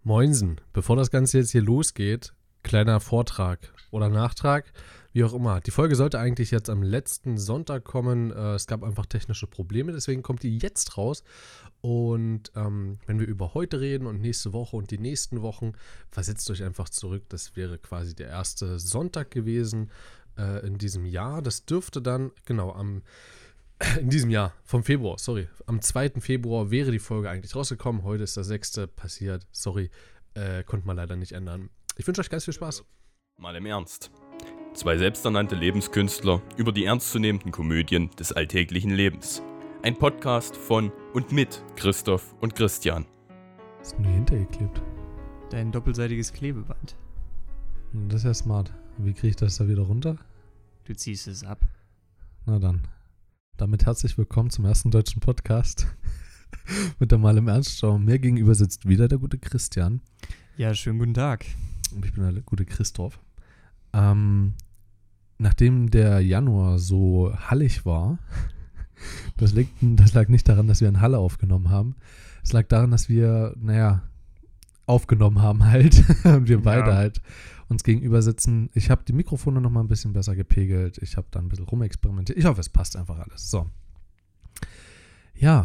Moinsen, bevor das Ganze jetzt hier losgeht, kleiner Vortrag oder Nachtrag, wie auch immer. Die Folge sollte eigentlich jetzt am letzten Sonntag kommen. Es gab einfach technische Probleme, deswegen kommt die jetzt raus. Und wenn wir über heute reden und nächste Woche und die nächsten Wochen, versetzt euch einfach zurück. Das wäre quasi der erste Sonntag gewesen in diesem Jahr. Das dürfte dann, genau, in diesem Jahr, vom Februar, sorry. Am 2. Februar wäre die Folge eigentlich rausgekommen. Heute ist der 6. passiert. Sorry, konnte man leider nicht ändern. Ich wünsche euch ganz viel Spaß. Mal im Ernst. Zwei selbsternannte Lebenskünstler über die ernstzunehmenden Komödien des alltäglichen Lebens. Ein Podcast von und mit Christoph und Christian. Was ist denn hier hintergeklebt? Dein doppelseitiges Klebeband. Das ist ja smart. Wie kriege ich das da wieder runter? Du ziehst es ab. Na dann. Damit herzlich willkommen zum ersten deutschen Podcast mit der Mal im Ernst Show. Mir gegenüber sitzt wieder der gute Christian. Ja, schönen guten Tag. Und ich bin der gute Christoph. Nachdem der Januar so hallig war, das lag nicht daran, dass wir in Halle aufgenommen haben. Es lag daran, dass wir, aufgenommen haben halt und wir beide halt uns gegenüber sitzen. Ich habe die Mikrofone noch mal ein bisschen besser gepegelt. Ich habe da ein bisschen rumexperimentiert. Ich hoffe, es passt einfach alles. So. Ja,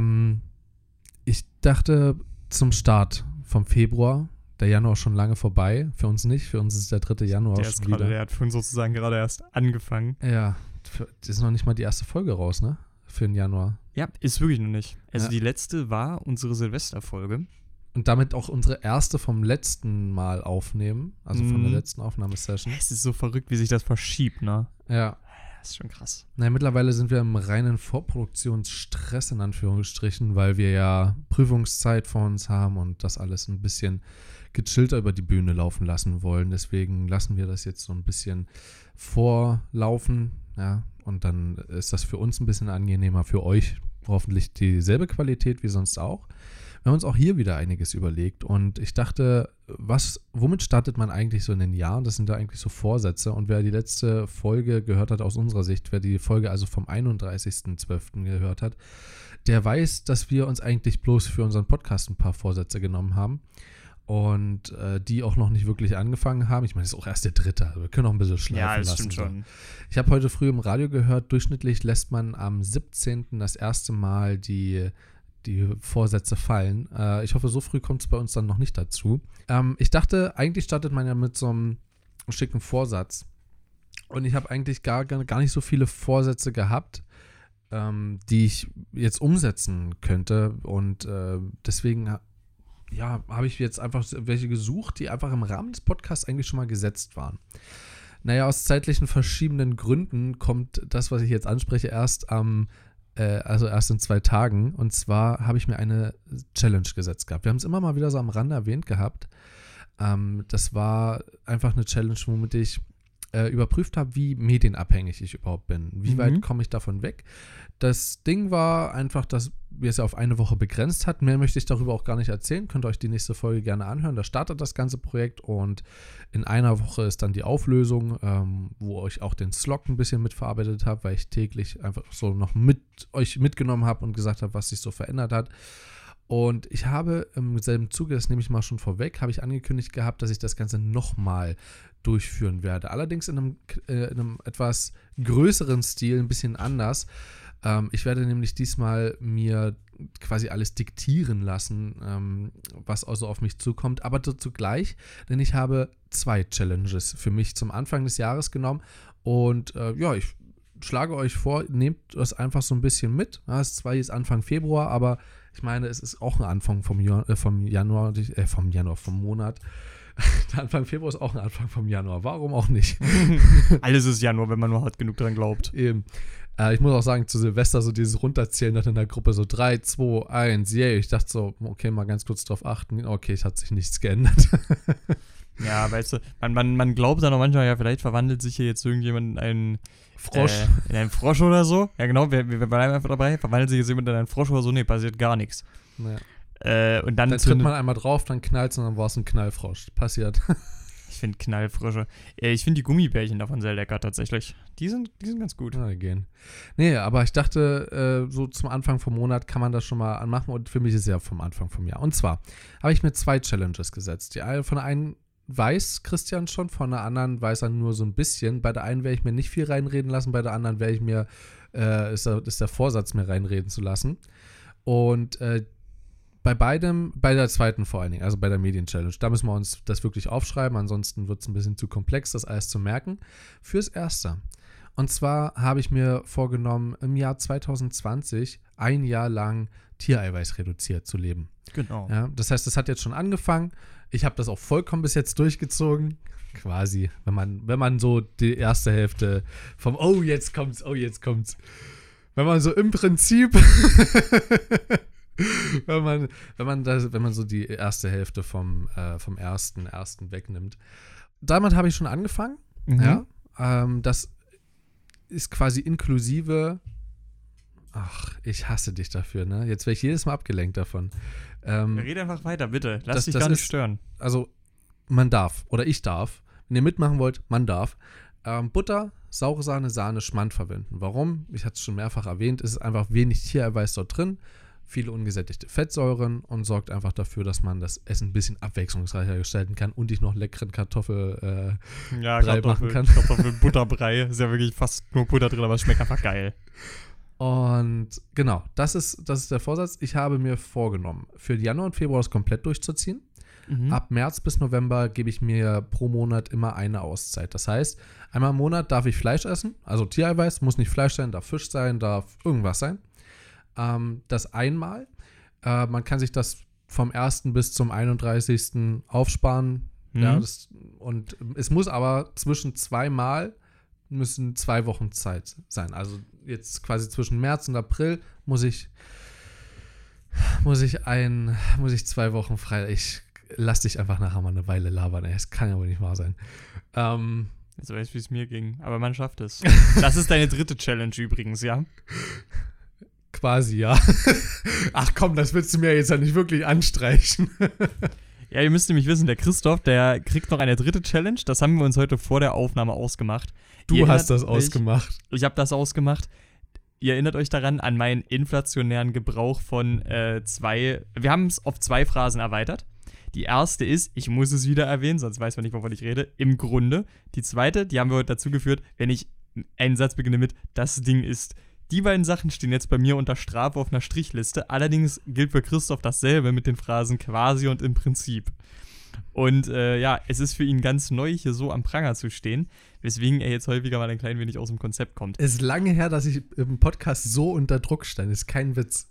ich dachte zum Start vom Februar, der Januar schon lange vorbei. Für uns nicht. Für uns ist der 3. Januar schon wieder. Der hat vorhin sozusagen gerade erst angefangen. Ja, das ist noch nicht mal die erste Folge raus, ne? Für den Januar. Ja, ist wirklich noch nicht. Also Ja. Die letzte war unsere Silvesterfolge. Und damit auch unsere erste vom letzten Mal aufnehmen. Also von der letzten Aufnahmesession. Es ist so verrückt, wie sich das verschiebt, ne? Ja. Das ist schon krass. Mittlerweile sind wir im reinen Vorproduktionsstress in Anführungsstrichen, weil wir ja Prüfungszeit vor uns haben und das alles ein bisschen gechillter über die Bühne laufen lassen wollen. Deswegen lassen wir das jetzt so ein bisschen vorlaufen, ja, und dann ist das für uns ein bisschen angenehmer, für euch hoffentlich dieselbe Qualität wie sonst auch. Wir haben uns auch hier wieder einiges überlegt und ich dachte, womit startet man eigentlich so in den Jahr? Das sind da eigentlich so Vorsätze und wer die letzte Folge gehört hat aus unserer Sicht, wer die Folge also vom 31.12. gehört hat, der weiß, dass wir uns eigentlich bloß für unseren Podcast ein paar Vorsätze genommen haben und die auch noch nicht wirklich angefangen haben. Ich meine, es ist auch erst der 3. Also wir können auch ein bisschen schleifen lassen. Ja, das stimmt schon. Ich habe heute früh im Radio gehört, durchschnittlich lässt man am 17. das erste Mal die Vorsätze fallen. Ich hoffe, so früh kommt es bei uns dann noch nicht dazu. Ich dachte, eigentlich startet man ja mit so einem schicken Vorsatz. Und ich habe eigentlich gar nicht so viele Vorsätze gehabt, die ich jetzt umsetzen könnte. Und deswegen habe ich jetzt einfach welche gesucht, die einfach im Rahmen des Podcasts eigentlich schon mal gesetzt waren. Aus zeitlichen verschiedenen Gründen kommt das, was ich jetzt anspreche, erst in 2 Tagen. Und zwar habe ich mir eine Challenge gesetzt gehabt. Wir haben es immer mal wieder so am Rande erwähnt gehabt. Das war einfach eine Challenge, womit ich überprüft habe, wie medienabhängig ich überhaupt bin. Wie weit komme ich davon weg? Das Ding war einfach, dass wir es ja auf eine Woche begrenzt hatten. Mehr möchte ich darüber auch gar nicht erzählen. Könnt ihr euch die nächste Folge gerne anhören. Da startet das ganze Projekt und in einer Woche ist dann die Auflösung, wo ich auch den Slog ein bisschen mitverarbeitet habe, weil ich täglich einfach so noch mit euch mitgenommen habe und gesagt habe, was sich so verändert hat. Und ich habe im selben Zuge, das nehme ich mal schon vorweg, habe ich angekündigt gehabt, dass ich das Ganze nochmal durchführen werde. Allerdings in einem etwas größeren Stil, ein bisschen anders. Ich werde nämlich diesmal mir quasi alles diktieren lassen, was also auf mich zukommt, aber dazu gleich, denn ich habe 2 Challenges für mich zum Anfang des Jahres genommen und ich schlage euch vor, nehmt das einfach so ein bisschen mit. Ja, es ist zwar jetzt Anfang Februar, aber ich meine, es ist auch ein Anfang vom Monat. Der Anfang Februar ist auch ein Anfang vom Januar. Warum auch nicht? Alles ist Januar, wenn man nur hart genug dran glaubt. Eben. Ich muss auch sagen, zu Silvester so dieses Runterzählen dann in der Gruppe so 3, 2, 1, yay. Ich dachte so, okay, mal ganz kurz drauf achten. Okay, es hat sich nichts geändert. Ja, weißt du, man glaubt dann auch manchmal, ja, vielleicht verwandelt sich hier jetzt irgendjemand in einen Frosch. In einen Frosch oder so. Ja, genau, wir bleiben einfach dabei. Verwandelt sich jetzt jemand in einen Frosch oder so? Nee, passiert gar nichts. Ja. Und dann tritt man einmal drauf, dann knallt es und dann war es ein Knallfrosch. Passiert. Ich finde Knallfrische. Ich finde die Gummibärchen davon sehr lecker tatsächlich. Die sind ganz gut. Ja, gehen. Nee, aber ich dachte, so zum Anfang vom Monat kann man das schon mal anmachen und für mich ist es ja vom Anfang vom Jahr. Und zwar habe ich mir 2 Challenges gesetzt. Von der einen weiß Christian schon, von der anderen weiß er nur so ein bisschen. Bei der einen werde ich mir nicht viel reinreden lassen, bei der anderen werde ich mir, ist der Vorsatz, mir reinreden zu lassen. Und bei der zweiten vor allen Dingen, also bei der Medien-Challenge, da müssen wir uns das wirklich aufschreiben, ansonsten wird es ein bisschen zu komplex, das alles zu merken. Fürs Erste. Und zwar habe ich mir vorgenommen, im Jahr 2020 ein Jahr lang Tiereiweiß reduziert zu leben. Genau. Ja, das heißt, das hat jetzt schon angefangen. Ich habe das auch vollkommen bis jetzt durchgezogen. Quasi, wenn man so die erste Hälfte vom jetzt kommt's. Wenn man so im Prinzip wenn man so die erste Hälfte vom ersten wegnimmt. Damit habe ich schon angefangen. Mhm. Ja, das ist quasi inklusive. Ach, ich hasse dich dafür, ne? Jetzt werde ich jedes Mal abgelenkt davon. Red einfach weiter, bitte. Lass dich gar nicht stören. Also, man darf, oder ich darf, wenn ihr mitmachen wollt, man darf, Butter, saure Sahne, Schmand verwenden. Warum? Ich hatte es schon mehrfach erwähnt, es ist einfach wenig Tiereiweiß dort drin, viele ungesättigte Fettsäuren und sorgt einfach dafür, dass man das Essen ein bisschen abwechslungsreicher gestalten kann und ich noch leckeren Kartoffelbrei machen kann. Kartoffelbutterbrei, ist ja wirklich fast nur Butter drin, aber es schmeckt einfach geil. Und genau, das ist der Vorsatz. Ich habe mir vorgenommen, für Januar und Februar das komplett durchzuziehen. Mhm. Ab März bis November gebe ich mir pro Monat immer eine Auszeit. Das heißt, einmal im Monat darf ich Fleisch essen, also Tiereiweiß, muss nicht Fleisch sein, darf Fisch sein, darf irgendwas sein. Das einmal. Man kann sich das vom 1. bis zum 31. aufsparen. Mhm. Ja, und es muss aber zwischen 2 Mal müssen 2 Wochen Zeit sein. Also jetzt quasi zwischen März und April muss ich 2 Wochen frei. Ich lass dich einfach nachher mal eine Weile labern. Ey. Das kann ja wohl nicht wahr sein. Jetzt weißt du, wie es mir ging. Aber man schafft es. Das ist deine 3. Challenge übrigens, ja? Quasi, ja. Ach komm, das willst du mir jetzt ja nicht wirklich anstreichen. Ja, ihr müsst nämlich wissen, der Christoph, der kriegt noch eine 3. Challenge. Das haben wir uns heute vor der Aufnahme ausgemacht. Du hast das ausgemacht. Ich habe das ausgemacht. Ihr erinnert euch daran an meinen inflationären Gebrauch von 2. Wir haben es auf 2 Phrasen erweitert. Die erste ist, ich muss es wieder erwähnen, sonst weiß man nicht, wovon ich rede, im Grunde. Die zweite, die haben wir heute dazu geführt, wenn ich einen Satz beginne mit, das Ding ist. Die beiden Sachen stehen jetzt bei mir unter Strafe auf einer Strichliste. Allerdings gilt für Christoph dasselbe mit den Phrasen quasi und im Prinzip. Und es ist für ihn ganz neu, hier so am Pranger zu stehen, weswegen er jetzt häufiger mal ein klein wenig aus dem Konzept kommt. Es ist lange her, dass ich im Podcast so unter Druck stand. Ist kein Witz.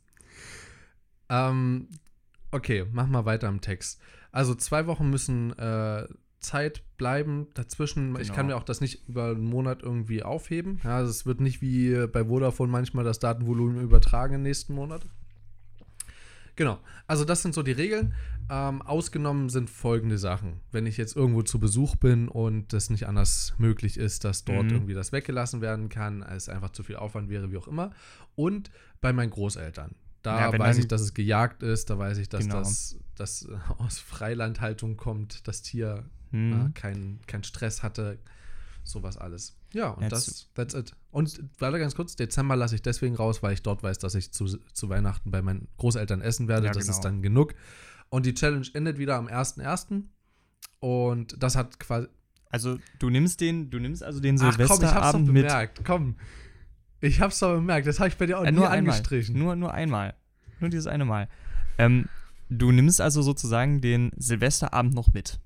Okay, mach mal weiter im Text. Also 2 Wochen müssen Zeit bleiben dazwischen. Genau. Ich kann mir auch das nicht über einen Monat irgendwie aufheben. Ja, also es wird nicht wie bei Vodafone manchmal das Datenvolumen übertragen im nächsten Monat. Genau, also das sind so die Regeln. Ausgenommen sind folgende Sachen. Wenn ich jetzt irgendwo zu Besuch bin und das nicht anders möglich ist, dass dort irgendwie das weggelassen werden kann, es einfach zu viel Aufwand wäre, wie auch immer. Und bei meinen Großeltern. Da weiß ich, dass es gejagt ist, da weiß ich, dass das aus Freilandhaltung kommt, das Tier keinen Stress hatte, sowas alles. Ja, und that's it. Und warte ganz kurz, Dezember lasse ich deswegen raus, weil ich dort weiß, dass ich zu Weihnachten bei meinen Großeltern essen werde. Ja, das ist dann genug. Und die Challenge endet wieder am 1.1. Und das hat quasi... Also du nimmst also den Silvesterabend mit... Ich hab's doch bemerkt, das habe ich bei dir auch nie angestrichen. Nur einmal. Nur dieses eine Mal. Du nimmst also sozusagen den Silvesterabend noch mit.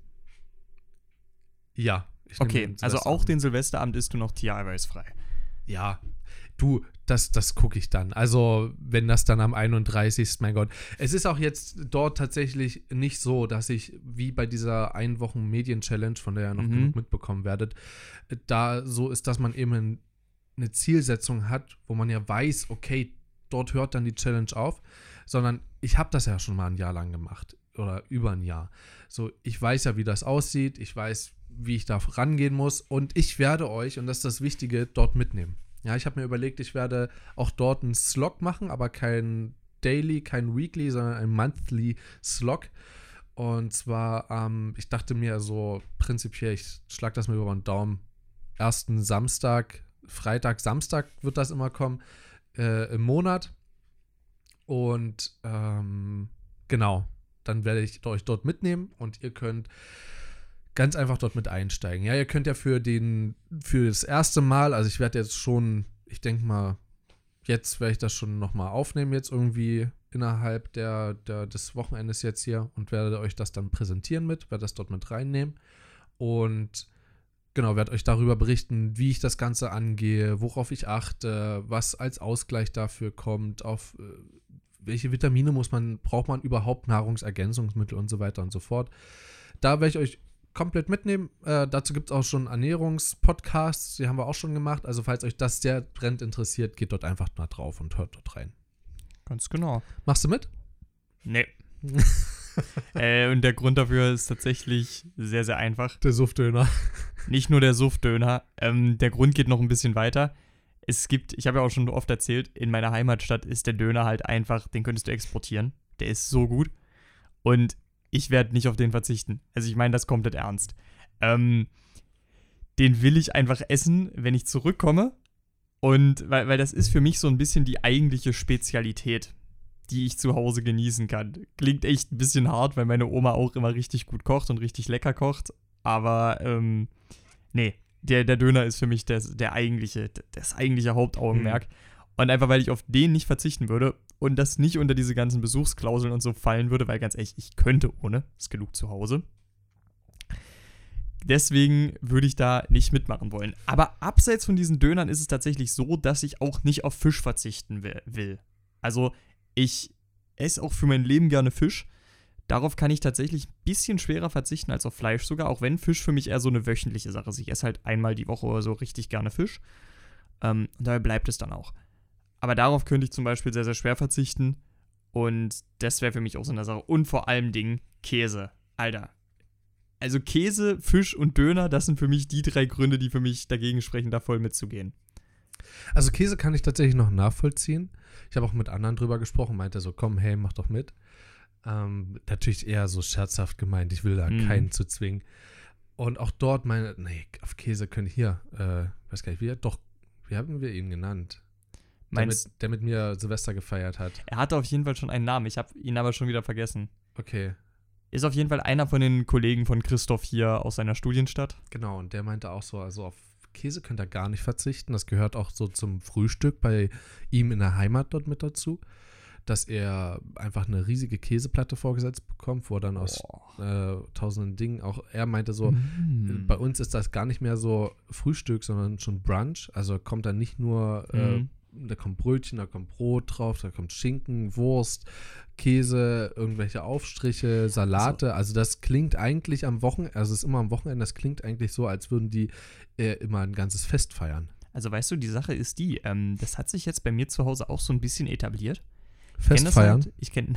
Ja. Okay, also auch den Silvesterabend isst du noch tiereiweißfrei. Ja, du, das gucke ich dann. Also, wenn das dann am 31. Mein Gott. Es ist auch jetzt dort tatsächlich nicht so, dass ich, wie bei dieser 1 Wochen Medien-Challenge, von der ihr noch genug mitbekommen werdet, da so ist, dass man eben eine Zielsetzung hat, wo man ja weiß, okay, dort hört dann die Challenge auf, sondern ich habe das ja schon mal ein Jahr lang gemacht oder über ein Jahr. So, ich weiß ja, wie das aussieht, ich weiß, wie ich da rangehen muss und ich werde euch, und das ist das Wichtige, dort mitnehmen. Ja, ich habe mir überlegt, ich werde auch dort einen Slog machen, aber kein Daily, kein Weekly, sondern ein Monthly Slog. Und zwar, ich dachte mir so prinzipiell, ich schlage das mal über den Daumen, ersten Samstag, Freitag, Samstag wird das immer kommen, im Monat. Und genau, dann werde ich euch dort mitnehmen und ihr könnt ganz einfach dort mit einsteigen. Ja, ihr könnt ja für das erste Mal, also ich werde jetzt schon, ich denke mal, jetzt werde ich das schon nochmal aufnehmen, jetzt irgendwie innerhalb des Wochenendes jetzt hier und werde euch das dann präsentieren werde das dort mit reinnehmen und genau, werde euch darüber berichten, wie ich das Ganze angehe, worauf ich achte, was als Ausgleich dafür kommt, auf welche Vitamine braucht man überhaupt, Nahrungsergänzungsmittel und so weiter und so fort. Da werde ich euch komplett mitnehmen. Dazu gibt es auch schon Ernährungspodcasts, die haben wir auch schon gemacht. Also falls euch das sehr brennend interessiert, geht dort einfach mal drauf und hört dort rein. Ganz genau. Machst du mit? Nee. Und der Grund dafür ist tatsächlich sehr, sehr einfach. Der Suftdöner. Nicht nur der Suftdöner. Der Grund geht noch ein bisschen weiter. Ich habe ja auch schon oft erzählt, in meiner Heimatstadt ist der Döner halt einfach, den könntest du exportieren. Der ist so gut. Und ich werde nicht auf den verzichten. Also ich meine das komplett ernst. Den will ich einfach essen, wenn ich zurückkomme. Und weil das ist für mich so ein bisschen die eigentliche Spezialität, die ich zu Hause genießen kann. Klingt echt ein bisschen hart, weil meine Oma auch immer richtig gut kocht und richtig lecker kocht. Aber nee, der Döner ist für mich das eigentliche Hauptaugenmerk. Und einfach, weil ich auf den nicht verzichten würde und das nicht unter diese ganzen Besuchsklauseln und so fallen würde, weil ganz ehrlich, ich könnte ohne, ist genug zu Hause. Deswegen würde ich da nicht mitmachen wollen. Aber abseits von diesen Dönern ist es tatsächlich so, dass ich auch nicht auf Fisch verzichten will. Also ich esse auch für mein Leben gerne Fisch. Darauf kann ich tatsächlich ein bisschen schwerer verzichten als auf Fleisch sogar, auch wenn Fisch für mich eher so eine wöchentliche Sache ist. Ich esse halt einmal die Woche oder so richtig gerne Fisch. Und dabei bleibt es dann auch. Aber darauf könnte ich zum Beispiel sehr, sehr schwer verzichten. Und das wäre für mich auch so eine Sache. Und vor allem Käse. Alter. Also Käse, Fisch und Döner, das sind für mich die 3 Gründe, die für mich dagegen sprechen, da voll mitzugehen. Also Käse kann ich tatsächlich noch nachvollziehen. Ich habe auch mit anderen drüber gesprochen, meinte so, komm, hey, mach doch mit. Natürlich eher so scherzhaft gemeint, ich will da keinen zu zwingen. Und auch dort auf Käse können weiß gar nicht, wie haben wir ihn genannt? Der mit mir Silvester gefeiert hat. Er hatte auf jeden Fall schon einen Namen, ich habe ihn aber schon wieder vergessen. Okay. Ist auf jeden Fall einer von den Kollegen von Christoph hier aus seiner Studienstadt. Genau, und der meinte auch so, also auf Käse könnt ihr gar nicht verzichten. Das gehört auch so zum Frühstück bei ihm in der Heimat dort mit dazu, dass er einfach eine riesige Käseplatte vorgesetzt bekommt, wo er dann aus tausenden Dingen auch, er meinte so, bei uns ist das gar nicht mehr so Frühstück, sondern schon Brunch. Also kommt dann nicht nur da kommt Brötchen, da kommt Brot drauf, da kommt Schinken, Wurst, Käse, irgendwelche Aufstriche, Salate. Also das klingt eigentlich am Wochenende, also es ist immer am Wochenende, das klingt eigentlich so, als würden die immer ein ganzes Fest feiern. Also weißt du, die Sache ist die, das hat sich jetzt bei mir zu Hause auch so ein bisschen etabliert. Fest feiern? Ich kenne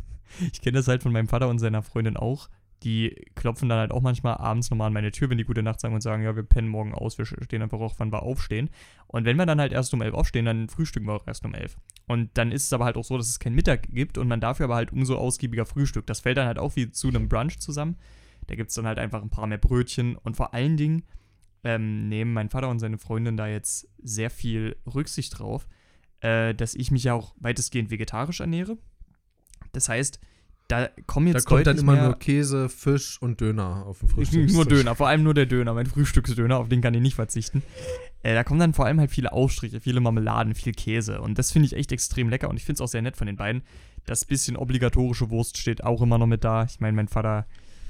das halt von meinem Vater und seiner Freundin auch. Die klopfen dann halt auch manchmal abends nochmal an meine Tür, wenn die gute Nacht sagen und sagen, ja, wir pennen morgen aus, wir stehen einfach auch, wann wir aufstehen. Und wenn wir dann halt erst um 11 aufstehen, dann frühstücken wir auch erst um 11. Und dann ist es aber halt auch so, dass es keinen Mittag gibt und man dafür aber halt umso ausgiebiger Frühstück. Das fällt dann halt auch wie zu einem Brunch zusammen. Da gibt es dann halt einfach ein paar mehr Brötchen und vor allen Dingen nehmen mein Vater und seine Freundin da jetzt sehr viel Rücksicht drauf, dass ich mich ja auch weitestgehend vegetarisch ernähre. Das heißt, da kommen jetzt da kommt dann immer mehr, nur Käse, Fisch und Döner auf dem Frühstückstisch. Nur Döner, vor allem nur der Döner, mein Frühstücksdöner, auf den kann ich nicht verzichten. Da kommen dann vor allem halt viele Aufstriche, viele Marmeladen, viel Käse und das finde ich echt extrem lecker und ich finde es auch sehr nett von den beiden. Das bisschen obligatorische Wurst steht auch immer noch mit da. Ich meine, mein Vater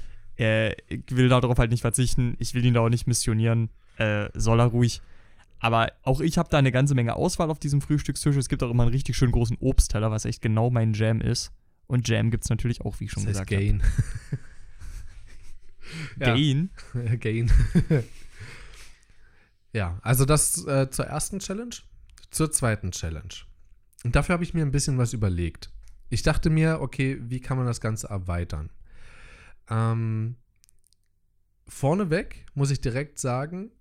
will darauf halt nicht verzichten, ich will ihn da auch nicht missionieren, soll er ruhig. Aber auch ich habe da eine ganze Menge Auswahl auf diesem Frühstückstisch. Es gibt auch immer einen richtig schönen großen Obstteller, was echt genau mein Jam ist. Und Jam gibt es natürlich auch, wie ich schon gesagt habe. Gain. Gain? Ja, Gain. Ja, also das zur ersten Challenge. Zur zweiten Challenge. Und dafür habe ich mir ein bisschen was überlegt. Ich dachte mir, okay, wie kann man das Ganze erweitern? Vorneweg muss ich direkt sagen,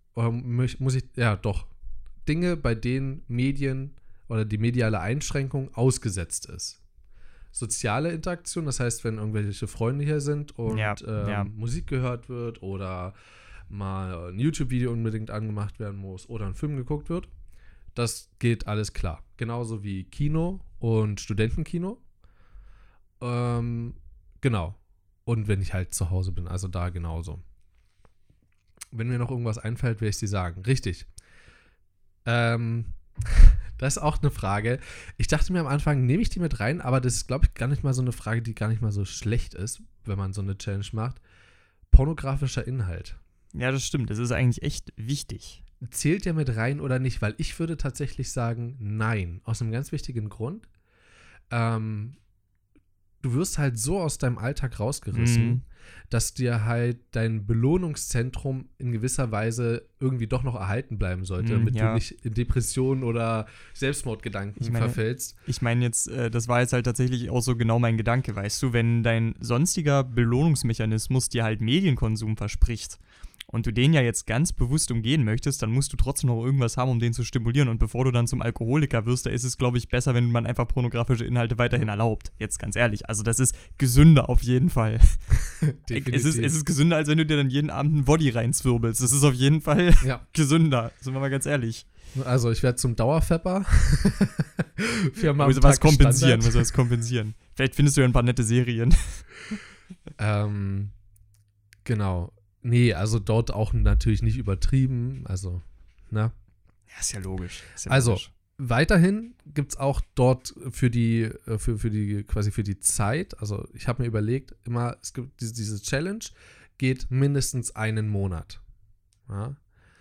Dinge, bei denen Medien oder die mediale Einschränkung ausgesetzt ist. soziale Interaktion, das heißt, wenn irgendwelche Freunde hier sind und Musik gehört wird oder mal ein YouTube-Video unbedingt angemacht werden muss oder ein Film geguckt wird, das geht alles klar. Genauso wie Kino und Studentenkino. Genau. Und wenn ich halt zu Hause bin, also da genauso. Wenn mir noch irgendwas einfällt, werde ich dir sagen. Richtig. Das ist auch eine Frage. Ich dachte mir am Anfang, nehme ich die mit rein, aber das ist, glaube ich, gar nicht mal so eine Frage, die gar nicht mal so schlecht ist, wenn man so eine Challenge macht. Pornografischer Inhalt. Ja, das stimmt. Das ist eigentlich echt wichtig. Zählt der mit rein oder nicht? Weil ich würde tatsächlich sagen, nein. Aus einem ganz wichtigen Grund. Du wirst halt so aus deinem Alltag rausgerissen, dass dir halt dein Belohnungszentrum in gewisser Weise irgendwie doch noch erhalten bleiben sollte, damit du nicht in Depressionen oder Selbstmordgedanken verfällst. Ich meine jetzt, das war jetzt halt tatsächlich auch so genau mein Gedanke, weißt du, wenn dein sonstiger Belohnungsmechanismus dir halt Medienkonsum verspricht und du den ja jetzt ganz bewusst umgehen möchtest, dann musst du trotzdem noch irgendwas haben, um den zu stimulieren. Und bevor du dann zum Alkoholiker wirst, da ist es, glaube ich, besser, wenn man einfach pornografische Inhalte weiterhin erlaubt. Jetzt ganz ehrlich. Also das ist gesünder auf jeden Fall. Es ist gesünder, als wenn du dir dann jeden Abend einen Body reinzwirbelst. Das ist auf jeden Fall gesünder. Sind wir mal ganz ehrlich. Also ich werde zum Dauerfepper. Muss was kompensieren. Vielleicht findest du ja ein paar nette Serien. Genau. Nee, also dort auch natürlich nicht übertrieben, also, ne? Ja, ist ja logisch. Weiterhin gibt es auch dort für die Zeit, also ich habe mir überlegt, immer, es gibt diese Challenge, geht mindestens einen Monat. Ja?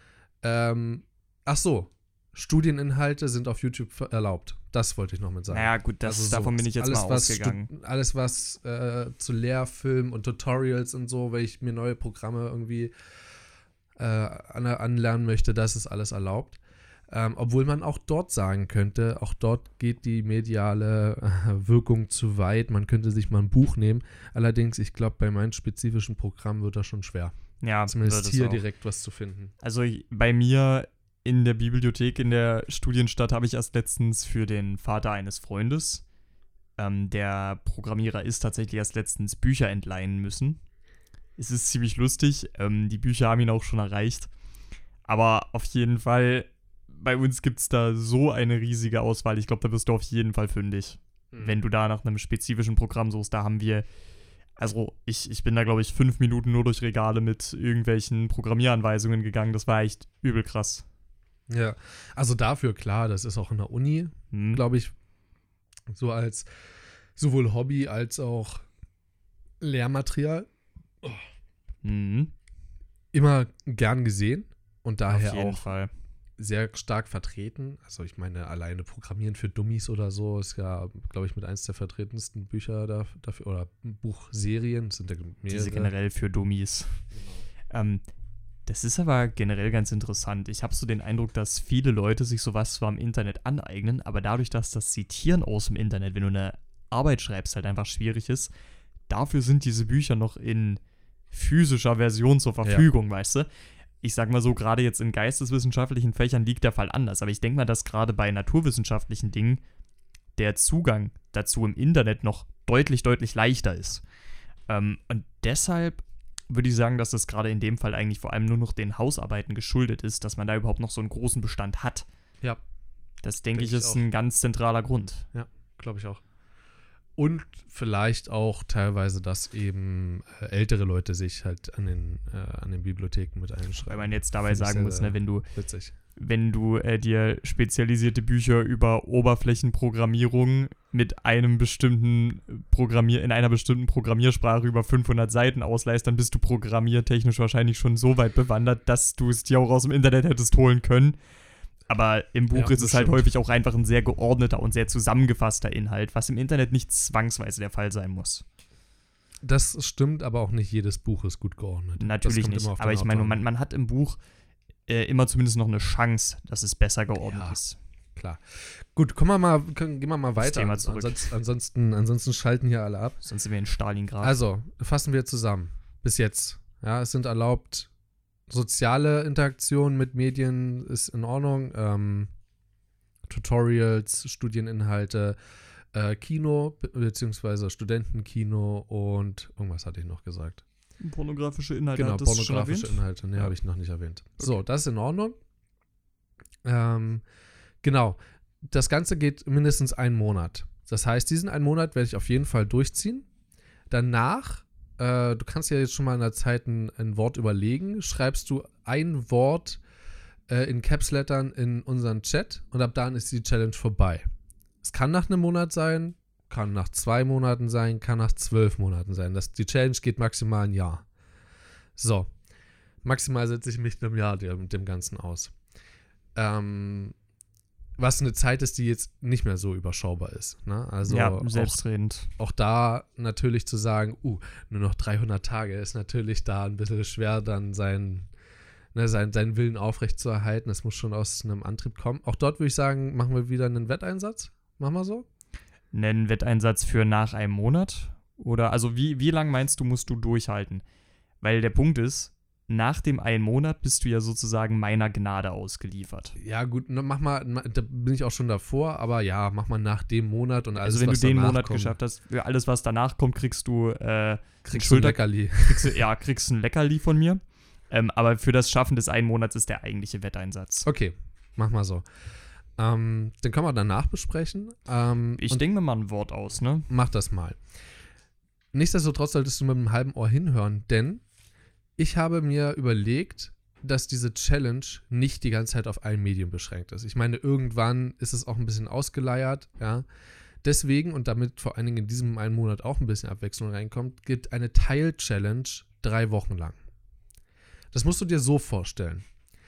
Studieninhalte sind auf YouTube erlaubt. Das wollte ich noch mit sagen. Naja, gut, davon bin ich jetzt mal ausgegangen. Alles, was zu Lehrfilmen und Tutorials und so, weil ich mir neue Programme irgendwie anlernen möchte, das ist alles erlaubt. Obwohl man auch dort sagen könnte, auch dort geht die mediale Wirkung zu weit. Man könnte sich mal ein Buch nehmen. Allerdings, ich glaube, bei meinem spezifischen Programm wird das schon schwer. Ja, zumindest hier direkt was zu finden. Also bei mir in der Bibliothek in der Studienstadt habe ich erst letztens für den Vater eines Freundes, der Programmierer ist, tatsächlich erst letztens Bücher entleihen müssen. Es ist ziemlich lustig, die Bücher haben ihn auch schon erreicht. Aber auf jeden Fall, bei uns gibt es da so eine riesige Auswahl. Ich glaube, da wirst du auf jeden Fall fündig. Wenn du da nach einem spezifischen Programm suchst, da haben wir, also ich bin da, glaube ich, 5 Minuten nur durch Regale mit irgendwelchen Programmieranweisungen gegangen. Das war echt übel krass. Ja, also dafür, klar, das ist auch in der Uni, glaube ich, so als sowohl Hobby als auch Lehrmaterial immer gern gesehen und daher auf jeden auch Fall sehr stark vertreten. Also ich meine, alleine Programmieren für Dummies oder so ist ja, glaube ich, mit eins der vertretensten Bücher dafür oder Buchserien. Sind ja mehrere. Diese generell für Dummies. Genau. Das ist aber generell ganz interessant. Ich habe so den Eindruck, dass viele Leute sich sowas zwar im Internet aneignen, aber dadurch, dass das Zitieren aus dem Internet, wenn du eine Arbeit schreibst, halt einfach schwierig ist, dafür sind diese Bücher noch in physischer Version zur Verfügung, weißt du? Ich sag mal so, gerade jetzt in geisteswissenschaftlichen Fächern liegt der Fall anders, aber ich denke mal, dass gerade bei naturwissenschaftlichen Dingen der Zugang dazu im Internet noch deutlich, deutlich leichter ist. Und deshalb würde ich sagen, dass das gerade in dem Fall eigentlich vor allem nur noch den Hausarbeiten geschuldet ist, dass man da überhaupt noch so einen großen Bestand hat. Ja. Das, denke ich, ist ein ganz zentraler Grund. Ja, glaube ich auch. Und vielleicht auch teilweise, dass eben ältere Leute sich halt an den Bibliotheken mit einschreiben. Weil man jetzt dabei sagen muss, ne, wenn du dir spezialisierte Bücher über Oberflächenprogrammierung mit einem bestimmten in einer bestimmten Programmiersprache über 500 Seiten ausleihst, dann bist du programmiertechnisch wahrscheinlich schon so weit bewandert, dass du es dir auch aus dem Internet hättest holen können. Aber im Buch ist es halt häufig auch einfach ein sehr geordneter und sehr zusammengefasster Inhalt, was im Internet nicht zwangsweise der Fall sein muss. Das stimmt, aber auch nicht jedes Buch ist gut geordnet. Natürlich nicht, aber ich meine, man hat im Buch immer zumindest noch eine Chance, dass es besser geordnet ist. Klar. Gut, gehen wir mal weiter. Thema zurück. Ansonsten schalten hier alle ab. Sonst sind wir in Stalingrad. Also, fassen wir zusammen. Bis jetzt. Ja, es sind erlaubt, soziale Interaktion mit Medien ist in Ordnung. Tutorials, Studieninhalte, Kino, beziehungsweise Studentenkino und irgendwas hatte ich noch gesagt. Pornografische Inhalte. Genau, hattest du schon pornografische erwähnt? Inhalte. Ne, Ja. habe ich noch nicht erwähnt. Okay. So, das ist in Ordnung. Genau. Das Ganze geht mindestens einen Monat. Das heißt, diesen einen Monat werde ich auf jeden Fall durchziehen. Danach, du kannst ja jetzt schon mal in der Zeit ein Wort überlegen, schreibst du ein Wort in Caps-Lettern in unseren Chat und ab dann ist die Challenge vorbei. Es kann nach einem Monat sein, kann nach 2 Monaten sein, kann nach 12 Monaten sein. Die Challenge geht maximal ein Jahr. So. Maximal setze ich mich in einem Jahr mit dem Ganzen aus. Was eine Zeit ist, die jetzt nicht mehr so überschaubar ist. Ne? Also Ja, selbstredend. auch da natürlich zu sagen, nur noch 300 Tage ist natürlich da ein bisschen schwer, dann seinen Willen aufrechtzuerhalten. Das muss schon aus einem Antrieb kommen. Auch dort würde ich sagen, machen wir wieder einen Wetteinsatz. Machen wir so? Einen Wetteinsatz für nach einem Monat? Oder, also wie lang meinst du, musst du durchhalten? Weil der Punkt ist, nach dem einen Monat bist du ja sozusagen meiner Gnade ausgeliefert. Ja gut, mach mal, da bin ich auch schon davor, aber ja, mach mal nach dem Monat und alles, also wenn was du den danach Monat kommt, geschafft hast, für alles, was danach kommt, kriegst du kriegst du ein Leckerli. kriegst ein Leckerli von mir. Aber für das Schaffen des einen Monats ist der eigentliche Wetteinsatz. Okay, mach mal so. Den können wir danach besprechen. Ich denke mir mal ein Wort aus, ne? Mach das mal. Nichtsdestotrotz solltest du mit einem halben Ohr hinhören, denn ich habe mir überlegt, dass diese Challenge nicht die ganze Zeit auf ein Medium beschränkt ist. Ich meine, irgendwann ist es auch ein bisschen ausgeleiert, ja. Deswegen, und damit vor allen Dingen in diesem einen Monat auch ein bisschen Abwechslung reinkommt, gibt eine Teil-Challenge 3 Wochen lang. Das musst du dir so vorstellen.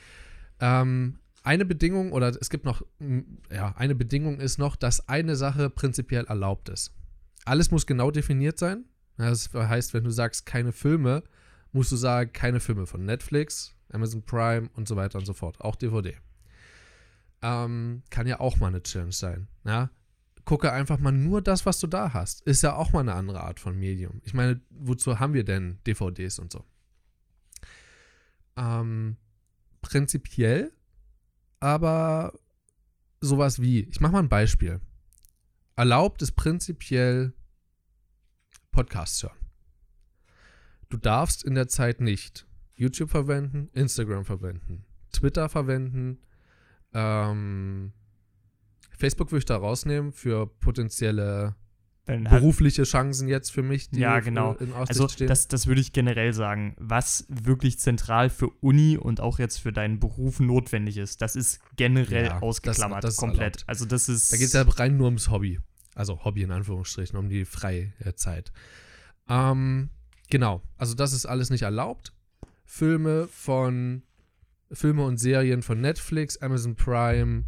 Eine Bedingung, oder es gibt noch, eine Bedingung ist noch, dass eine Sache prinzipiell erlaubt ist. Alles muss genau definiert sein. Das heißt, wenn du sagst, keine Filme, musst du sagen, keine Filme von Netflix, Amazon Prime und so weiter und so fort. Auch DVD. Kann ja auch mal eine Challenge sein. Ja? Gucke einfach mal nur das, was du da hast. Ist ja auch mal eine andere Art von Medium. Ich meine, wozu haben wir denn DVDs und so? Prinzipiell, aber sowas wie, ich mache mal ein Beispiel. Erlaubt ist prinzipiell Podcasts hören. Du darfst in der Zeit nicht YouTube verwenden, Instagram verwenden, Twitter verwenden, Facebook würde ich da rausnehmen für potenzielle berufliche Chancen jetzt für mich, die ja, genau. in Aussicht also stehen. Das würde ich generell sagen. Was wirklich zentral für Uni und auch jetzt für deinen Beruf notwendig ist, das ist generell ausgeklammert, das komplett. Erlaubt. Also das ist... Da geht es ja rein nur ums Hobby. Also Hobby in Anführungsstrichen, um die freie Zeit. Genau, also das ist alles nicht erlaubt. Filme und Serien von Netflix, Amazon Prime,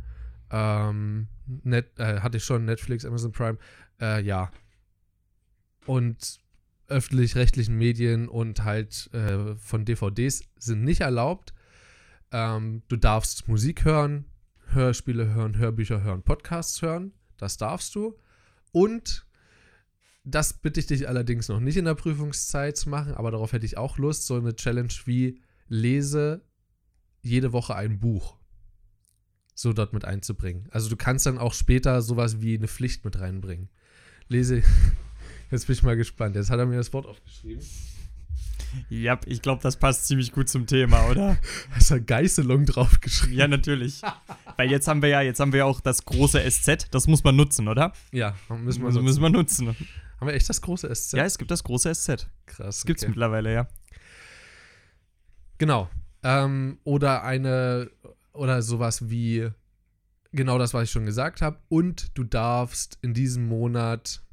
hatte ich schon Netflix, Amazon Prime, ja. Und öffentlich-rechtlichen Medien und halt von DVDs sind nicht erlaubt. Du darfst Musik hören, Hörspiele hören, Hörbücher hören, Podcasts hören. Das darfst du. Und das bitte ich dich allerdings noch nicht in der Prüfungszeit zu machen, aber darauf hätte ich auch Lust, so eine Challenge wie lese jede Woche ein Buch so dort mit einzubringen. Also du kannst dann auch später sowas wie eine Pflicht mit reinbringen. Lese, jetzt bin ich mal gespannt. Jetzt hat er mir das Wort aufgeschrieben. Ja, ich glaube, das passt ziemlich gut zum Thema, oder? Hast du Geißelung draufgeschrieben? Ja, natürlich. Weil jetzt haben wir ja auch das große SZ, das muss man nutzen, oder? Ja, müssen wir nutzen. Haben wir echt das große SZ? Ja, es gibt das große SZ. Krass. Das gibt's mittlerweile, ja. Genau. Oder sowas wie genau das, was ich schon gesagt habe. Und du darfst in diesem Monat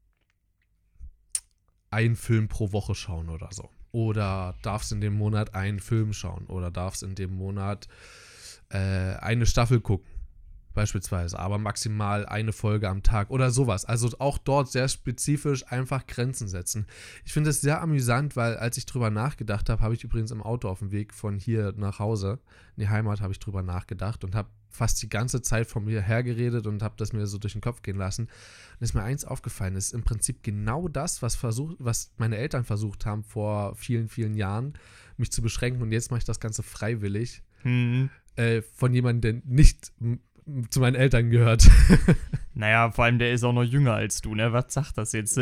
einen Film pro Woche schauen oder so. Oder darfst in dem Monat einen Film schauen. Oder darfst in dem Monat eine Staffel gucken. Beispielsweise. Aber maximal eine Folge am Tag oder sowas. Also auch dort sehr spezifisch einfach Grenzen setzen. Ich finde es sehr amüsant, weil als ich drüber nachgedacht habe, habe ich übrigens im Auto auf dem Weg von hier nach Hause, in die Heimat, habe ich drüber nachgedacht und habe fast die ganze Zeit von mir her geredet und habe das mir so durch den Kopf gehen lassen. Und ist mir eins aufgefallen, ist im Prinzip genau das, was meine Eltern versucht haben vor vielen, vielen Jahren, mich zu beschränken. Und jetzt mache ich das Ganze freiwillig. Von jemandem, der nicht zu meinen Eltern gehört. Naja, vor allem der ist auch noch jünger als du, ne? Was sagt das jetzt?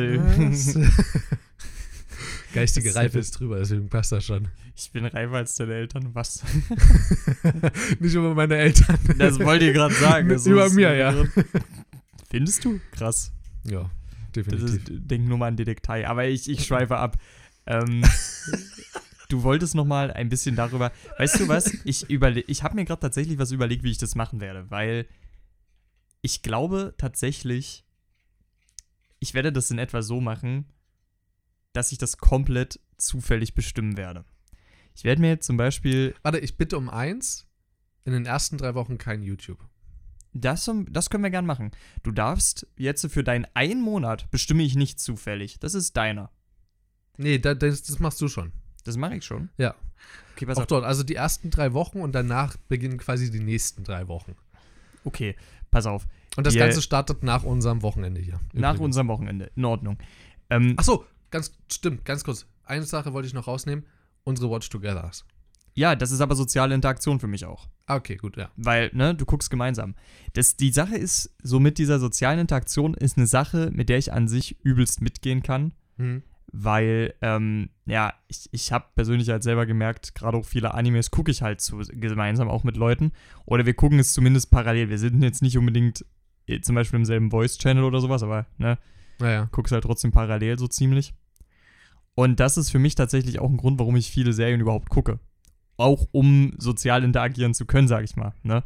Geistige Reife ist drüber, deswegen passt das schon. Ich bin reifer als deine Eltern, was? Nicht über meine Eltern. Das wollte ich gerade sagen. Über mir, ja. Findest du? Krass. Ja, definitiv. Denk nur mal an die Detail. Aber ich schweife ab. Du wolltest noch mal ein bisschen darüber. Weißt du was? Ich habe mir gerade tatsächlich was überlegt, wie ich das machen werde, weil ich glaube tatsächlich, ich werde das in etwa so machen, dass ich das komplett zufällig bestimmen werde. Ich werde mir jetzt zum Beispiel. Warte, ich bitte um eins. In den ersten 3 Wochen kein YouTube. Das können wir gern machen. Du darfst jetzt für deinen einen Monat bestimme ich nicht zufällig. Das ist deiner. Nee, das machst du schon. Das mache ich schon. Ja. Okay, pass auch auf. dort. Also die ersten 3 Wochen und danach beginnen quasi die nächsten 3 Wochen. Okay, pass auf. Und das Ganze startet nach unserem Wochenende hier. Nach unserem Wochenende. In Ordnung. Achso, ganz kurz. Eine Sache wollte ich noch rausnehmen. Unsere Watch Togethers. Ja, das ist aber soziale Interaktion für mich auch. Okay, gut, ja. Weil, ne, du guckst gemeinsam. Die Sache ist, so mit dieser sozialen Interaktion ist eine Sache, mit der ich an sich übelst mitgehen kann. Weil, ich habe persönlich halt selber gemerkt, gerade auch viele Animes gucke ich halt gemeinsam auch mit Leuten. Oder wir gucken es zumindest parallel. Wir sind jetzt nicht unbedingt zum Beispiel im selben Voice-Channel oder sowas, aber, ne, guckst halt trotzdem parallel so ziemlich. Und das ist für mich tatsächlich auch ein Grund, warum ich viele Serien überhaupt gucke. Auch um sozial interagieren zu können, sag ich mal. Ne?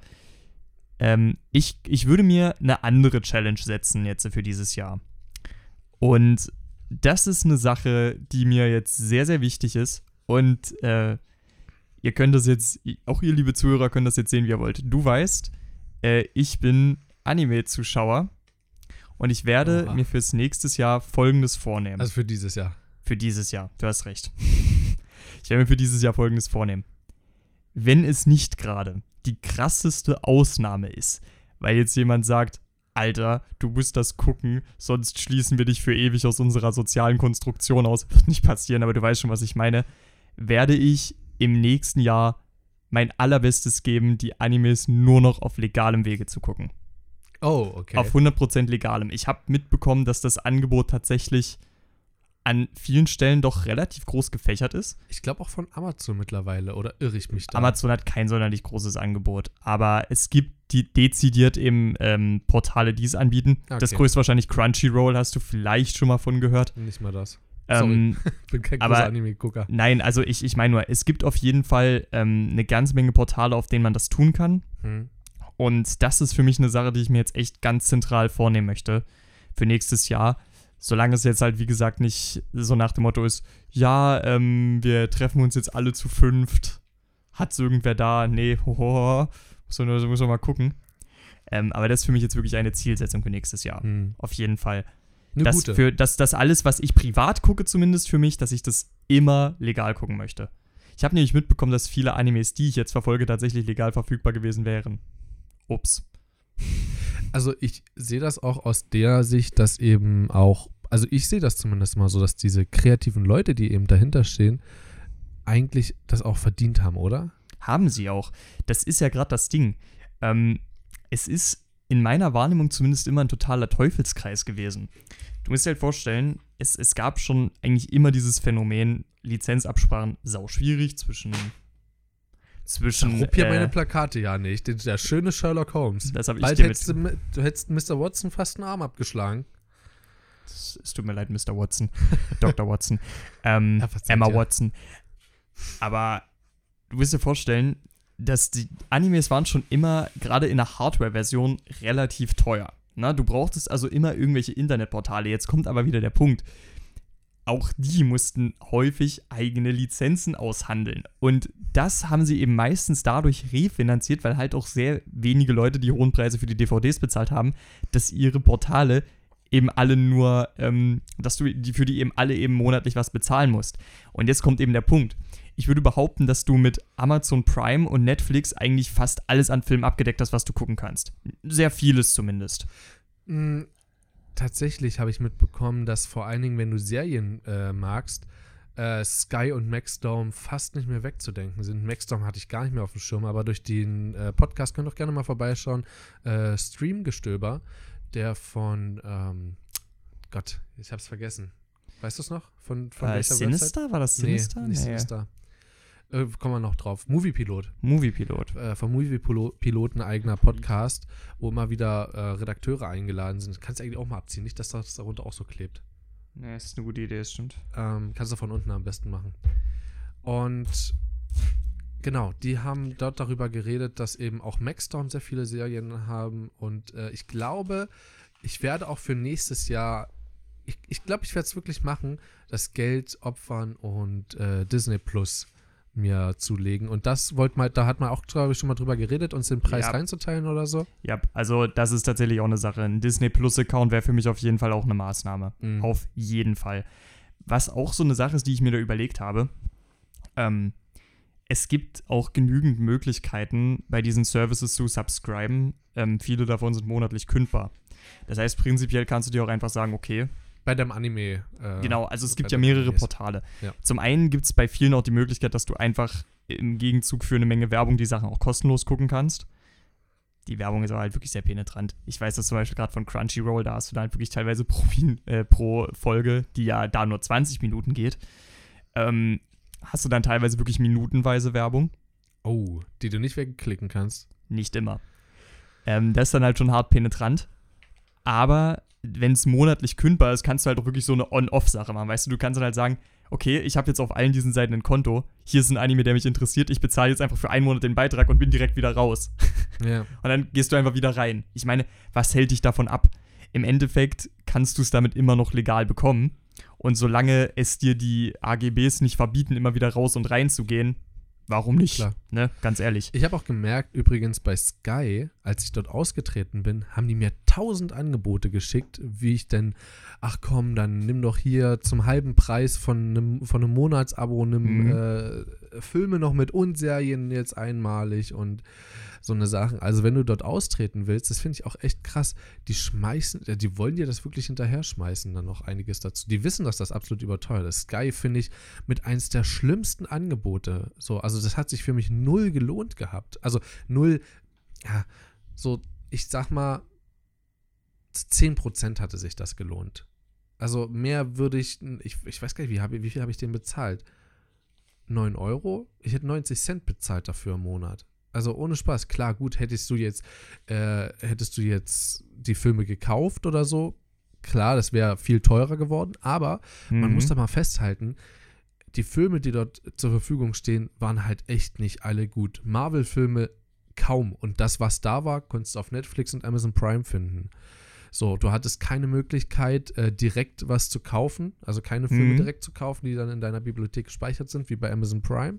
Ich würde mir eine andere Challenge setzen jetzt für dieses Jahr. Und das ist eine Sache, die mir jetzt sehr, sehr wichtig ist. Und ihr könnt das jetzt, auch ihr liebe Zuhörer könnt das jetzt sehen, wie ihr wollt. Du weißt, ich bin Anime-Zuschauer und ich werde mir fürs nächste Jahr Folgendes vornehmen. Also für dieses Jahr. Für dieses Jahr, du hast recht. Ich werde mir für dieses Jahr Folgendes vornehmen. Wenn es nicht gerade die krasseste Ausnahme ist, weil jetzt jemand sagt, Alter, du musst das gucken, sonst schließen wir dich für ewig aus unserer sozialen Konstruktion aus. Wird nicht passieren, aber du weißt schon, was ich meine. Werde ich im nächsten Jahr mein Allerbestes geben, die Animes nur noch auf legalem Wege zu gucken. Oh, okay. Auf 100% legalem. Ich habe mitbekommen, dass das Angebot tatsächlich an vielen Stellen doch relativ groß gefächert ist. Ich glaube auch von Amazon mittlerweile, oder irre ich mich da? Amazon hat kein sonderlich großes Angebot, aber es gibt die dezidiert eben Portale, die es anbieten. Okay. Das größte wahrscheinlich Crunchyroll, hast du vielleicht schon mal von gehört. Nicht mal das. Sorry, ich bin kein großer Anime-Gucker. Nein, also ich meine nur, es gibt auf jeden Fall eine ganze Menge Portale, auf denen man das tun kann. Und das ist für mich eine Sache, die ich mir jetzt echt ganz zentral vornehmen möchte für nächstes Jahr. Solange es jetzt halt, wie gesagt, nicht so nach dem Motto ist, ja, wir treffen uns jetzt alle zu 5. Hat's irgendwer da? Nee, muss man mal gucken. Aber das ist für mich jetzt wirklich eine Zielsetzung für nächstes Jahr. Auf jeden Fall. Das alles, was ich privat gucke, zumindest für mich, dass ich das immer legal gucken möchte. Ich habe nämlich mitbekommen, dass viele Animes, die ich jetzt verfolge, tatsächlich legal verfügbar gewesen wären. Ups. Also ich sehe das auch aus der Sicht, dass eben auch, also ich sehe das zumindest mal so, dass diese kreativen Leute, die eben dahinter stehen, eigentlich das auch verdient haben, oder? Haben sie auch. Das ist ja gerade das Ding. Es ist in meiner Wahrnehmung zumindest immer ein totaler Teufelskreis gewesen. Du musst dir halt vorstellen, es gab schon eigentlich immer dieses Phänomen, Lizenzabsprachen sau schwierig zwischen Rupp hier meine Plakate ja nicht. Der schöne Sherlock Holmes. Das habe ich Bald dir du hättest Mr. Watson fast einen Arm abgeschlagen. Es tut mir leid, Mr. Watson. Dr. Watson. Emma Watson. Aber du musst dir vorstellen, dass die Animes waren schon immer, gerade in der Hardware-Version, relativ teuer. Na, du brauchtest also immer irgendwelche Internetportale. Jetzt kommt aber wieder der Punkt. Auch die mussten häufig eigene Lizenzen aushandeln. Und das haben sie eben meistens dadurch refinanziert, weil halt auch sehr wenige Leute die hohen Preise für die DVDs bezahlt haben, dass ihre Portale eben alle nur, dass du für die eben alle eben monatlich was bezahlen musst. Und jetzt kommt eben der Punkt. Ich würde behaupten, dass du mit Amazon Prime und Netflix eigentlich fast alles an Filmen abgedeckt hast, was du gucken kannst. Sehr vieles zumindest. Tatsächlich habe ich mitbekommen, dass vor allen Dingen, wenn du Serien magst, Sky und Maxdome fast nicht mehr wegzudenken sind. Maxdome hatte ich gar nicht mehr auf dem Schirm, aber durch den Podcast könnt ihr auch gerne mal vorbeischauen. Streamgestöber, der von Gott, ich hab's vergessen. Weißt du es noch? Von welcher Sinister? Website? War das Sinister? Nee, nicht Sinister. Kommen wir noch drauf. Moviepilot. Von Moviepilot ein eigener Podcast, wo immer wieder Redakteure eingeladen sind. Kannst du eigentlich auch mal abziehen, nicht, dass das darunter auch so klebt. Nee, ist eine gute Idee, das stimmt. Kannst du von unten am besten machen. Und genau, die haben dort darüber geredet, dass eben auch Maxdome sehr viele Serien haben. Und ich glaube, ich werde auch für nächstes Jahr, ich glaube, ich werde es wirklich machen, das Geld opfern und Disney Plus mir zulegen. Und das da hat man auch, glaube ich, schon mal drüber geredet, uns den Preis reinzuteilen oder so. Ja, also das ist tatsächlich auch eine Sache. Ein Disney Plus-Account wäre für mich auf jeden Fall auch eine Maßnahme. Auf jeden Fall. Was auch so eine Sache ist, die ich mir da überlegt habe, es gibt auch genügend Möglichkeiten, bei diesen Services zu subscriben. Viele davon sind monatlich kündbar. Das heißt, prinzipiell kannst du dir auch einfach sagen, okay, bei dem Anime. Genau, also es gibt ja mehrere Portale. Ja. Zum einen gibt es bei vielen auch die Möglichkeit, dass du einfach im Gegenzug für eine Menge Werbung die Sachen auch kostenlos gucken kannst. Die Werbung ist aber halt wirklich sehr penetrant. Ich weiß das zum Beispiel gerade von Crunchyroll, da hast du dann halt wirklich teilweise pro Folge, die ja da nur 20 Minuten geht, hast du dann teilweise wirklich minutenweise Werbung. Oh, die du nicht wegklicken kannst. Nicht immer. Das ist dann halt schon hart penetrant. Aber wenn es monatlich kündbar ist, kannst du halt auch wirklich so eine On-Off-Sache machen. Weißt du, du kannst dann halt sagen, okay, ich habe jetzt auf allen diesen Seiten ein Konto, hier ist ein Anime, der mich interessiert, ich bezahle jetzt einfach für einen Monat den Beitrag und bin direkt wieder raus. Ja. Und dann gehst du einfach wieder rein. Ich meine, was hält dich davon ab? Im Endeffekt kannst du es damit immer noch legal bekommen. Und solange es dir die AGBs nicht verbieten, immer wieder raus und rein zu gehen, warum nicht? Klar. Ne? Ganz ehrlich. Ich habe auch gemerkt, übrigens bei Sky, als ich dort ausgetreten bin, haben die mir 1000 Angebote geschickt, wie ich denn, ach komm, dann nimm doch hier zum halben Preis von einem Monatsabo, Filme noch mit und Serien jetzt einmalig und so eine Sache. Also wenn du dort austreten willst, das finde ich auch echt krass, die wollen dir das wirklich hinterher schmeißen, dann noch einiges dazu. Die wissen, dass das absolut überteuert ist. Sky finde ich mit eins der schlimmsten Angebote. So, also das hat sich für mich null gelohnt gehabt. Also null, ja, so, ich sag mal, 10% hatte sich das gelohnt. Also mehr würde ich weiß gar nicht, wie viel habe ich den bezahlt? 9 €? Ich hätte 90 Cent bezahlt dafür im Monat. Also ohne Spaß, klar, gut, hättest du jetzt die Filme gekauft oder so, klar, das wäre viel teurer geworden, aber man muss da mal festhalten, die Filme, die dort zur Verfügung stehen, waren halt echt nicht alle gut. Marvel-Filme kaum. Und das, was da war, konntest du auf Netflix und Amazon Prime finden. So, du hattest keine Möglichkeit, direkt was zu kaufen, also keine Filme direkt zu kaufen, die dann in deiner Bibliothek gespeichert sind, wie bei Amazon Prime.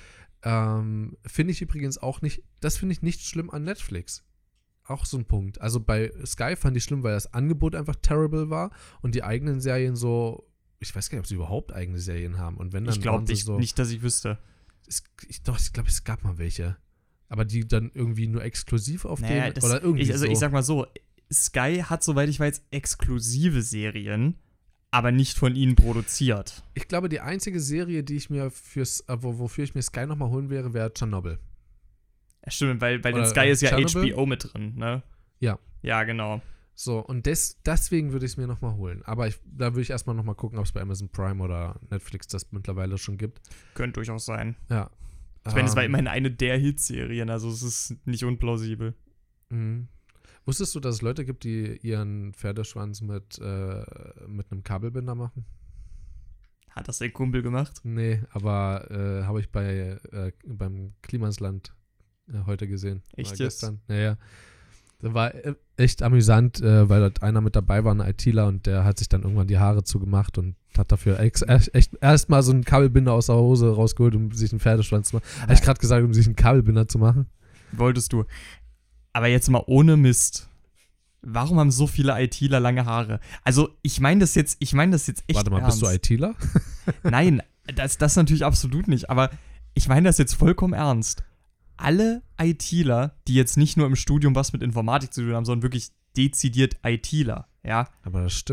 Finde ich übrigens auch nicht, das finde ich nicht schlimm an Netflix. Auch so ein Punkt. Also bei Sky fand ich schlimm, weil das Angebot einfach terrible war und die eigenen Serien so, ich weiß gar nicht, ob sie überhaupt eigene Serien haben. Und wenn dann ich glaube nicht, dass ich wüsste. Ich glaube, es gab mal welche. Aber die dann irgendwie nur exklusiv auf den, oder irgendwie so. Ich sag mal so, Sky hat, soweit ich weiß, exklusive Serien, aber nicht von ihnen produziert. Ich glaube, die einzige Serie, die ich mir wofür ich mir Sky nochmal holen wäre Tschernobyl. Ja, stimmt, weil in Sky ist ja Chernobyl? HBO mit drin, ne? Ja. Ja, genau. So, und deswegen würde ich es mir nochmal holen. Aber da würde ich erstmal nochmal gucken, ob es bei Amazon Prime oder Netflix das mittlerweile schon gibt. Könnte durchaus sein. Ja. Ich meine, es war immerhin eine der Hitserien, also es ist nicht unplausibel. Wusstest du, dass es Leute gibt, die ihren Pferdeschwanz mit einem Kabelbinder machen? Hat das der Kumpel gemacht? Nee, aber habe ich beim Klimasland heute gesehen. Echt jetzt? Gestern. Naja. Das war echt amüsant, weil dort einer mit dabei war, ein ITler, und der hat sich dann irgendwann die Haare zugemacht und hat dafür echt erstmal so einen Kabelbinder aus der Hose rausgeholt, um sich einen Pferdeschwanz zu machen. Habe ich gerade gesagt, um sich einen Kabelbinder zu machen? Wolltest du. Aber jetzt mal ohne Mist. Warum haben so viele ITler lange Haare? Also, ich meine das jetzt echt Warte mal, ernst. bist du ITler? Nein, das natürlich absolut nicht. Aber ich meine das jetzt vollkommen ernst. Alle ITler, die jetzt nicht nur im Studium was mit Informatik zu tun haben, sondern wirklich dezidiert ITler, ja. Aber das stimmt.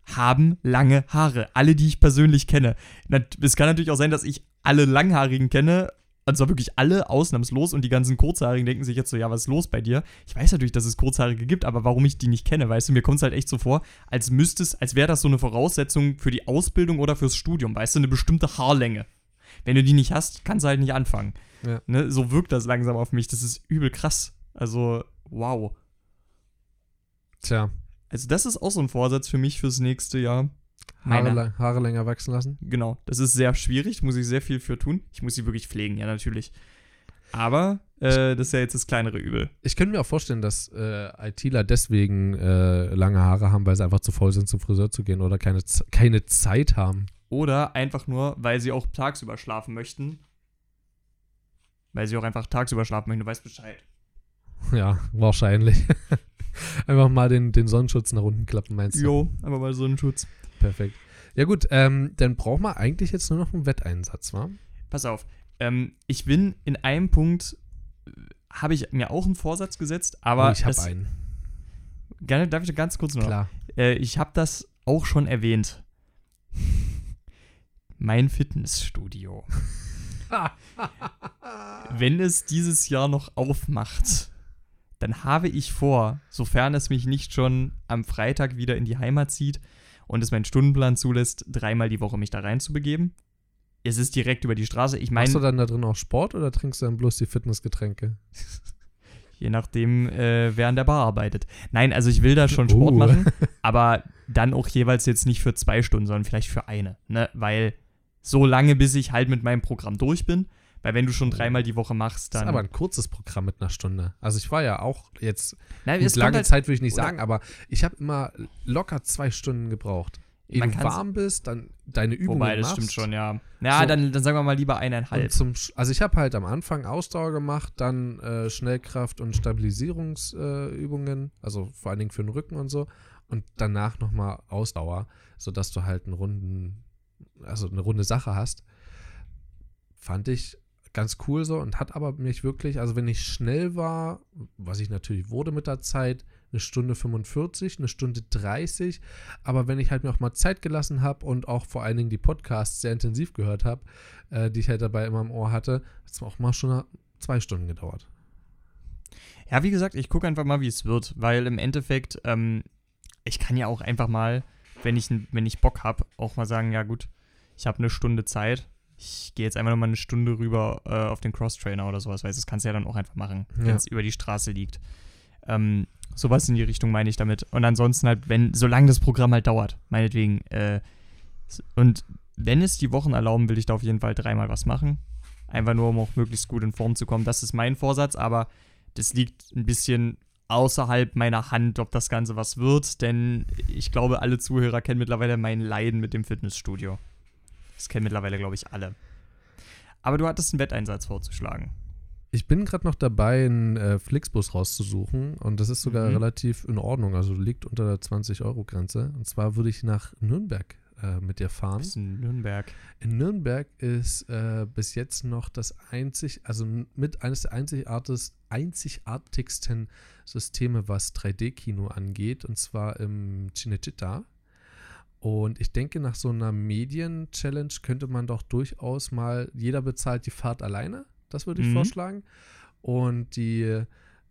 haben lange Haare. Alle, die ich persönlich kenne. Es kann natürlich auch sein, dass ich alle Langhaarigen kenne, und zwar wirklich alle ausnahmslos, und die ganzen Kurzhaarigen denken sich jetzt so, ja, was ist los bei dir? Ich weiß natürlich, dass es Kurzhaarige gibt, aber warum ich die nicht kenne, weißt du, mir kommt es halt echt so vor, als wäre das so eine Voraussetzung für die Ausbildung oder fürs Studium, weißt du, eine bestimmte Haarlänge. Wenn du die nicht hast, kannst du halt nicht anfangen. Ja. Ne? So wirkt das langsam auf mich, das ist übel krass. Also, wow. Tja. Also das ist auch so ein Vorsatz für mich fürs nächste Jahr. Haare länger wachsen lassen? Genau, das ist sehr schwierig, muss ich sehr viel für tun. Ich muss sie wirklich pflegen, ja, natürlich. Aber das ist ja jetzt das kleinere Übel. Ich könnte mir auch vorstellen, dass ITler deswegen lange Haare haben, weil sie einfach zu faul sind, zum Friseur zu gehen oder keine Zeit haben. Oder einfach nur, weil sie auch tagsüber schlafen möchten. Weil sie auch einfach tagsüber schlafen möchten, du weißt Bescheid. Ja, wahrscheinlich. Einfach mal den Sonnenschutz nach unten klappen, meinst du? Jo, einfach mal Sonnenschutz. Perfekt. Ja gut, dann brauchen wir eigentlich jetzt nur noch einen Wetteinsatz, wa? Pass auf, ich bin in einem Punkt, habe ich mir auch einen Vorsatz gesetzt, aber ich habe einen. Gerne, darf ich ganz kurz noch? Klar. Ich habe das auch schon erwähnt. Mein Fitnessstudio. Wenn es dieses Jahr noch aufmacht, dann habe ich vor, sofern es mich nicht schon am Freitag wieder in die Heimat zieht und es mein Stundenplan zulässt, 3-mal die Woche mich da reinzubegeben. Es ist direkt über die Straße. Ich meine, machst du dann da drin auch Sport oder trinkst du dann bloß die Fitnessgetränke? Je nachdem, wer an der Bar arbeitet. Nein, also ich will da schon Sport machen, aber dann auch jeweils jetzt nicht für 2 Stunden, sondern vielleicht für eine. Ne? Weil so lange, bis ich halt mit meinem Programm durch bin. Weil wenn du schon 3-mal die Woche machst, dann... Das ist aber ein kurzes Programm mit einer Stunde. Also ich war ja auch jetzt... Nein, lange halt, Zeit würde ich nicht sagen, aber ich habe immer locker 2 Stunden gebraucht. Ehe du warm bist, dann deine Übungen machst. Wobei, das stimmt schon, ja. Ja, so, dann sagen wir mal lieber 1,5. Also ich habe halt am Anfang Ausdauer gemacht, dann Schnellkraft- und Stabilisierungsübungen, also vor allen Dingen für den Rücken und so. Und danach nochmal Ausdauer, sodass du halt eine runde Sache hast. Fand ich ganz cool so und hat aber mich wirklich, also wenn ich schnell war, was ich natürlich wurde mit der Zeit, 1 Stunde 45, 1 Stunde 30, aber wenn ich halt mir auch mal Zeit gelassen habe und auch vor allen Dingen die Podcasts sehr intensiv gehört habe, die ich halt dabei immer im Ohr hatte, hat es auch mal schon 2 Stunden gedauert. Ja, wie gesagt, ich gucke einfach mal, wie es wird, weil im Endeffekt, ich kann ja auch einfach mal, wenn ich Bock habe, auch mal sagen, ja gut, ich habe 1 Stunde Zeit. Ich gehe jetzt einfach nochmal 1 Stunde rüber auf den Cross-Trainer oder sowas, weil das kannst du ja dann auch einfach machen, wenn es über die Straße liegt. Sowas in die Richtung meine ich damit. Und ansonsten halt, solange das Programm halt dauert, meinetwegen. Und wenn es die Wochen erlauben, will ich da auf jeden Fall 3-mal was machen. Einfach nur, um auch möglichst gut in Form zu kommen. Das ist mein Vorsatz, aber das liegt ein bisschen außerhalb meiner Hand, ob das Ganze was wird, denn ich glaube, alle Zuhörer kennen mittlerweile mein Leiden mit dem Fitnessstudio. Das kennen mittlerweile, glaube ich, alle. Aber du hattest einen Wetteinsatz vorzuschlagen. Ich bin gerade noch dabei, einen Flixbus rauszusuchen und das ist sogar relativ in Ordnung, also liegt unter der 20-Euro-Grenze. Und zwar würde ich nach Nürnberg mit dir fahren. Was ist in Nürnberg? In Nürnberg ist bis jetzt noch eines der einzigartigsten Systeme, was 3D-Kino angeht, und zwar im Cinecittà. Und ich denke, nach so einer Medien-Challenge könnte man doch durchaus mal, jeder bezahlt die Fahrt alleine, das würde ich vorschlagen. Und der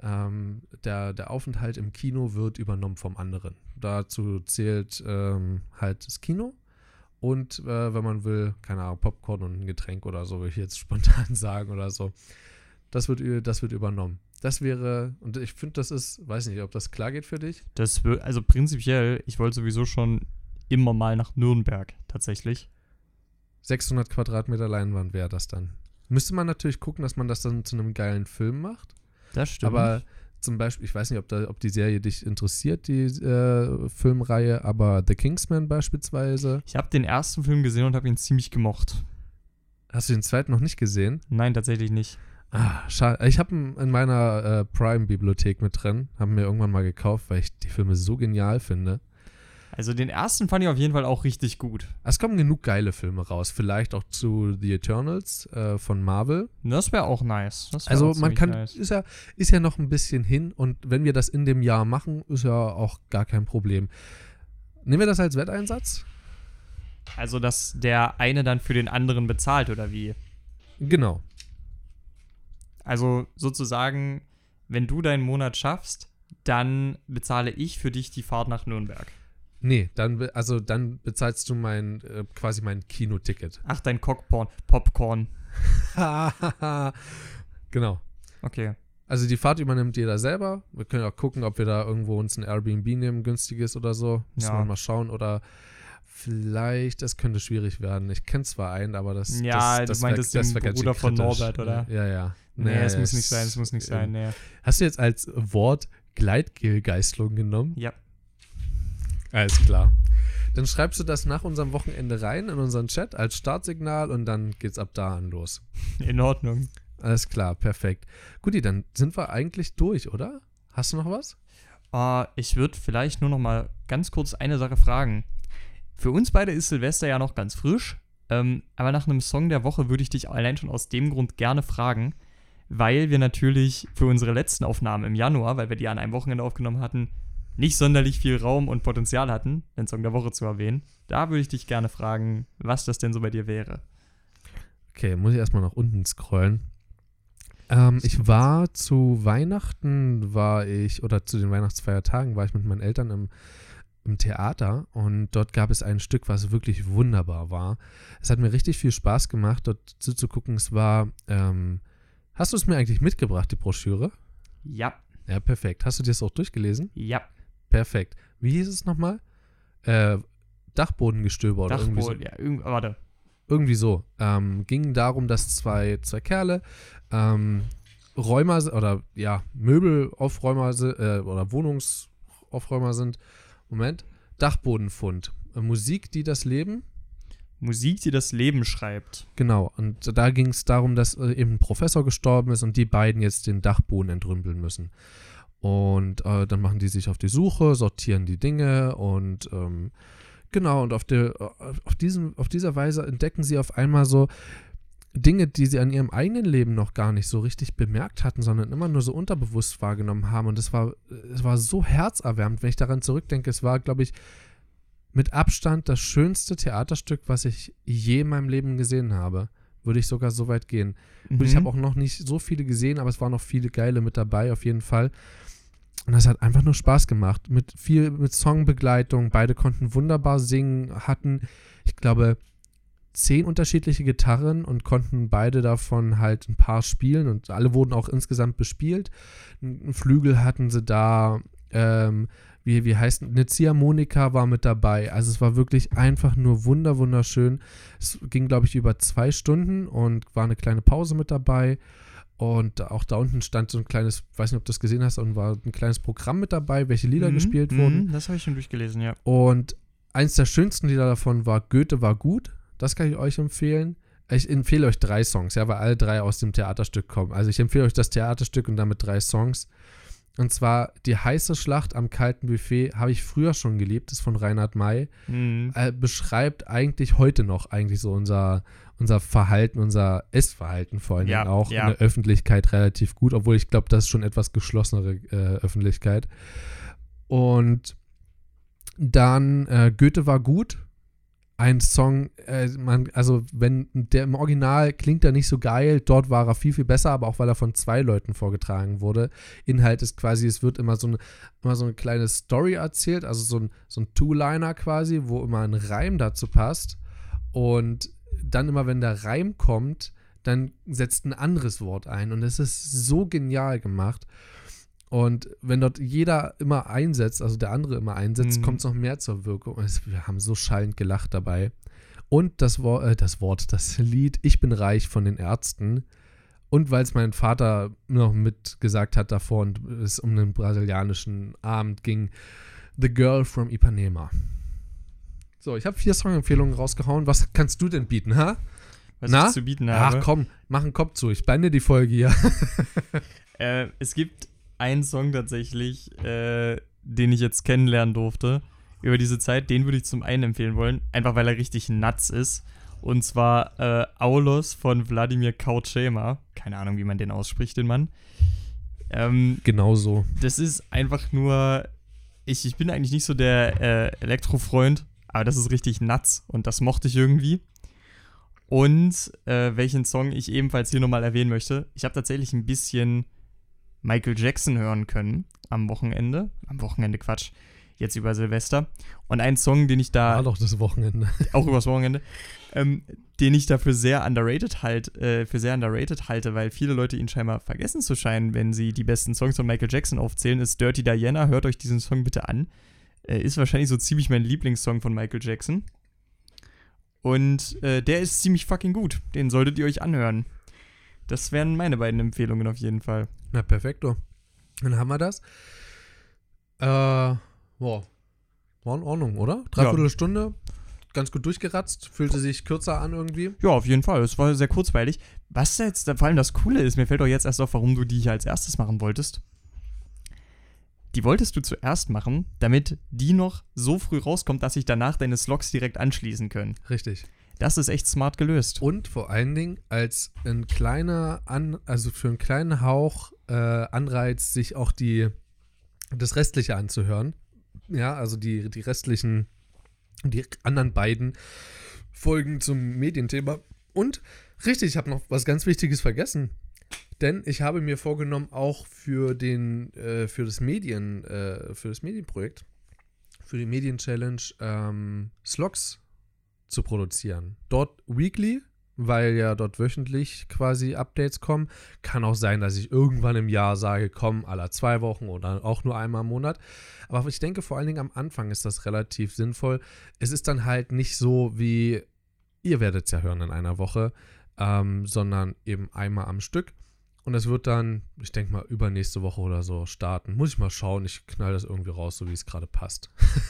Aufenthalt im Kino wird übernommen vom anderen. Dazu zählt halt das Kino und, wenn man will, keine Ahnung, Popcorn und ein Getränk oder so, würde ich jetzt spontan sagen oder so. Das wird übernommen. Das wäre, und ich finde, das ist, weiß nicht, ob das klar geht für dich? Also prinzipiell, ich wollte sowieso schon immer mal nach Nürnberg, tatsächlich. 600 Quadratmeter Leinwand wäre das dann. Müsste man natürlich gucken, dass man das dann zu einem geilen Film macht. Das stimmt. Aber zum Beispiel, ich weiß nicht, ob die Serie dich interessiert, die Filmreihe, aber The Kingsman beispielsweise. Ich habe den ersten Film gesehen und habe ihn ziemlich gemocht. Hast du den zweiten noch nicht gesehen? Nein, tatsächlich nicht. Ah, schade. Ich habe ihn in meiner Prime-Bibliothek mit drin, haben mir irgendwann mal gekauft, weil ich die Filme so genial finde. Also den ersten fand ich auf jeden Fall auch richtig gut. Es kommen genug geile Filme raus. Vielleicht auch zu The Eternals von Marvel. Das wäre auch nice. Also man kann, nice. Ist ja noch ein bisschen hin und wenn wir das in dem Jahr machen, ist ja auch gar kein Problem. Nehmen wir das als Wetteinsatz? Also, dass der eine dann für den anderen bezahlt, oder wie? Genau. Also sozusagen, wenn du deinen Monat schaffst, dann bezahle ich für dich die Fahrt nach Nürnberg. Nee, dann bezahlst du quasi mein Kinoticket. Ach, dein Popcorn. Genau. Okay. Also die Fahrt übernimmt jeder selber. Wir können auch gucken, ob wir da irgendwo uns ein Airbnb nehmen, günstiges oder so. Müssen wir mal schauen. Oder vielleicht, das könnte schwierig werden. Ich kenne zwar einen, aber das du meintest das den ganz Bruder von kritisch. Norbert, oder? Ja. Nee, es muss nicht sein, nee. Hast du jetzt als Wort Gleitgel-Geißelung genommen? Ja. Alles klar. Dann schreibst du das nach unserem Wochenende rein in unseren Chat als Startsignal und dann geht's ab da an los. In Ordnung. Alles klar, perfekt. Guti, dann sind wir eigentlich durch, oder? Hast du noch was? Ich würde vielleicht nur noch mal ganz kurz eine Sache fragen. Für uns beide ist Silvester ja noch ganz frisch, aber nach einem Song der Woche würde ich dich allein schon aus dem Grund gerne fragen, weil wir natürlich für unsere letzten Aufnahmen im Januar, weil wir die an einem Wochenende aufgenommen hatten, nicht sonderlich viel Raum und Potenzial hatten, den Song der Woche zu erwähnen. Da würde ich dich gerne fragen, was das denn so bei dir wäre. Okay, muss ich erstmal nach unten scrollen. Ich war zu Weihnachten, oder zu den Weihnachtsfeiertagen war ich mit meinen Eltern im Theater und dort gab es ein Stück, was wirklich wunderbar war. Es hat mir richtig viel Spaß gemacht, dort zuzugucken. Es war, hast du es mir eigentlich mitgebracht, die Broschüre? Ja. Ja, perfekt. Hast du dir das auch durchgelesen? Ja. Perfekt. Wie hieß es nochmal? Dachbodengestöber oder irgendwie so. Ja, warte. Irgendwie so. Ging darum, dass zwei Kerle Möbelaufräumer oder Wohnungsaufräumer sind. Moment. Dachbodenfund. Musik, die das Leben schreibt. Genau. Und da ging es darum, dass eben ein Professor gestorben ist und die beiden jetzt den Dachboden entrümpeln müssen. Und dann machen die sich auf die Suche, sortieren die Dinge und genau, und auf dieser Weise entdecken sie auf einmal so Dinge, die sie an ihrem eigenen Leben noch gar nicht so richtig bemerkt hatten, sondern immer nur so unterbewusst wahrgenommen haben. Und es war so herzerwärmend, wenn ich daran zurückdenke. Es war, glaube ich, mit Abstand das schönste Theaterstück, was ich je in meinem Leben gesehen habe. Würde ich sogar so weit gehen. Und ich habe auch noch nicht so viele gesehen, aber es waren noch viele geile mit dabei, auf jeden Fall. Und das hat einfach nur Spaß gemacht. Mit Songbegleitung. Beide konnten wunderbar singen, hatten, ich glaube, 10 unterschiedliche Gitarren und konnten beide davon halt ein paar spielen und alle wurden auch insgesamt bespielt. Einen Flügel hatten sie da, wie heißt eine Ziehharmonika war mit dabei. Also es war wirklich einfach nur wunderschön. Es ging, glaube ich, über 2 Stunden und war eine kleine Pause mit dabei. Und auch da unten stand so ein kleines, weiß nicht, ob du das gesehen hast, und war ein kleines Programm mit dabei, welche Lieder gespielt wurden. Das habe ich schon durchgelesen, ja. Und eins der schönsten Lieder davon war Goethe war gut. Das kann ich euch empfehlen. Ich empfehle euch 3 Songs, ja, weil alle 3 aus dem Theaterstück kommen. Also ich empfehle euch das Theaterstück und damit 3 Songs. Und zwar Die heiße Schlacht am kalten Buffet, habe ich früher schon geliebt, ist von Reinhard May. Beschreibt eigentlich heute noch so unser Verhalten, unser Essverhalten vor allem auch in der Öffentlichkeit relativ gut, obwohl ich glaube, das ist schon etwas geschlossenere Öffentlichkeit. Und dann Goethe war gut. Ein Song, wenn der im Original klingt er nicht so geil, dort war er viel, viel besser, aber auch weil er von 2 Leuten vorgetragen wurde. Inhalt ist quasi, es wird immer so eine kleine Story erzählt, also so ein Two-Liner quasi, wo immer ein Reim dazu passt. Und dann immer, wenn der Reim kommt, dann setzt ein anderes Wort ein. Und es ist so genial gemacht. Und wenn dort jeder immer einsetzt, also der andere immer einsetzt, kommt es noch mehr zur Wirkung. Wir haben so schallend gelacht dabei. Und das Lied Ich bin reich von den Ärzten. Und weil es mein Vater noch mitgesagt hat davor und es um einen brasilianischen Abend ging, The Girl from Ipanema. So, ich habe 4 Songempfehlungen rausgehauen. Was kannst du denn bieten, ha? Was ich zu bieten habe? Ach komm, mach einen Kopf zu. Ich beende die Folge hier. Es gibt einen Song tatsächlich, den ich jetzt kennenlernen durfte über diese Zeit, den würde ich zum einen empfehlen wollen, einfach weil er richtig nuts ist. Und zwar Aulos von Wladimir Kaučema. Keine Ahnung, wie man den ausspricht, den Mann. Genau so. Das ist einfach nur Ich bin eigentlich nicht so der Elektrofreund, aber das ist richtig nuts und das mochte ich irgendwie. Und welchen Song ich ebenfalls hier nochmal erwähnen möchte, ich habe tatsächlich ein bisschen Michael Jackson hören können am Wochenende. Quatsch, jetzt über Silvester. Und ein Song, den ich da... War doch das Wochenende. Auch übers Wochenende. Den ich dafür sehr underrated halte, weil viele Leute ihn scheinbar vergessen zu scheinen, wenn sie die besten Songs von Michael Jackson aufzählen, ist Dirty Diana. Hört euch diesen Song bitte an. Ist wahrscheinlich so ziemlich mein Lieblingssong von Michael Jackson. Und der ist ziemlich fucking gut. Den solltet ihr euch anhören. Das wären meine beiden Empfehlungen auf jeden Fall. Na, perfekto. Dann haben wir das. War in Ordnung, oder? Dreiviertel Stunde. Ganz gut durchgeratzt, fühlte sich kürzer an irgendwie. Ja, auf jeden Fall. Es war sehr kurzweilig. Was jetzt vor allem das Coole ist, mir fällt auch jetzt erst auf, warum du die hier als erstes machen wolltest. Die wolltest du zuerst machen, damit die noch so früh rauskommt, dass sich danach deine Slogs direkt anschließen können. Richtig. Das ist echt smart gelöst. Und vor allen Dingen als ein kleiner, für einen kleinen Hauch Anreiz, sich auch das Restliche anzuhören. Ja, also die anderen beiden Folgen zum Medienthema. Und richtig, ich habe noch was ganz Wichtiges vergessen. Denn ich habe mir vorgenommen, auch für das Medienprojekt, für die Medien-Challenge, Slogs zu produzieren. Dort weekly, weil ja dort wöchentlich quasi Updates kommen. Kann auch sein, dass ich irgendwann im Jahr sage, komm, alle 2 Wochen oder auch nur einmal im Monat. Aber ich denke, vor allen Dingen am Anfang ist das relativ sinnvoll. Es ist dann halt nicht so wie, ihr werdet es ja hören in einer Woche, sondern eben einmal am Stück. Und es wird dann, ich denke mal, übernächste Woche oder so starten. Muss ich mal schauen, ich knall das irgendwie raus, so wie es gerade passt.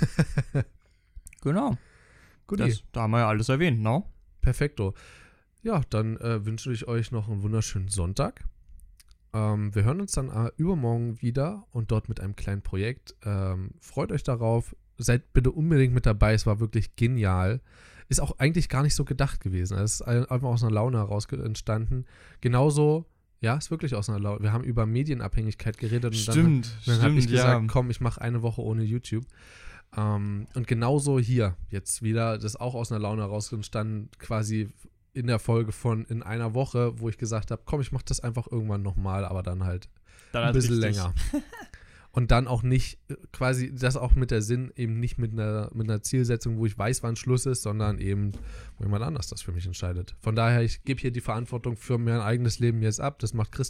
Genau. Gut. Da haben wir ja alles erwähnt, ne? Perfekto. Ja, dann wünsche ich euch noch einen wunderschönen Sonntag. Wir hören uns dann übermorgen wieder und dort mit einem kleinen Projekt. Freut euch darauf. Seid bitte unbedingt mit dabei. Es war wirklich genial. Ist auch eigentlich gar nicht so gedacht gewesen. Es ist einfach aus einer Laune heraus entstanden. Genauso, ja, ist wirklich aus einer Laune. Wir haben über Medienabhängigkeit geredet. Und dann habe ich gesagt, komm, ich mache eine Woche ohne YouTube. Und genauso hier jetzt wieder, das ist auch aus einer Laune heraus entstanden, quasi in der Folge von in einer Woche, wo ich gesagt habe, komm, ich mache das einfach irgendwann nochmal, aber dann halt ein bisschen länger. Und dann auch nicht, quasi, das auch mit der Sinn, eben nicht mit einer Zielsetzung, wo ich weiß, wann Schluss ist, sondern eben, wo jemand anders das für mich entscheidet. Von daher, ich gebe hier die Verantwortung für mein eigenes Leben jetzt ab. Das macht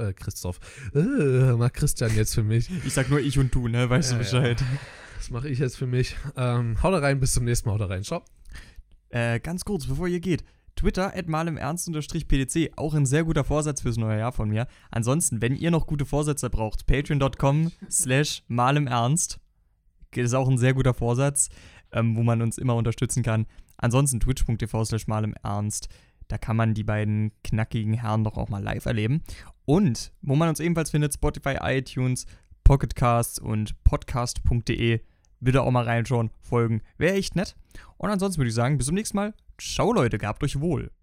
macht Christian jetzt für mich. Ich sag nur ich und du, ne? Weißt du Bescheid. Ja. Das mache ich jetzt für mich. Haut rein, bis zum nächsten Mal. Haut rein, ciao. Ganz kurz, bevor ihr geht. Twitter, @malimernst_pdc, auch ein sehr guter Vorsatz fürs neue Jahr von mir. Ansonsten, wenn ihr noch gute Vorsätze braucht, patreon.com/malimernst, ist auch ein sehr guter Vorsatz, wo man uns immer unterstützen kann. Ansonsten twitch.tv/malimernst, da kann man die beiden knackigen Herren doch auch mal live erleben. Und, wo man uns ebenfalls findet, Spotify, iTunes, Pocket Casts und podcast.de. Bitte auch mal reinschauen, folgen, wäre echt nett. Und ansonsten würde ich sagen, bis zum nächsten Mal. Ciao Leute, gehabt euch wohl.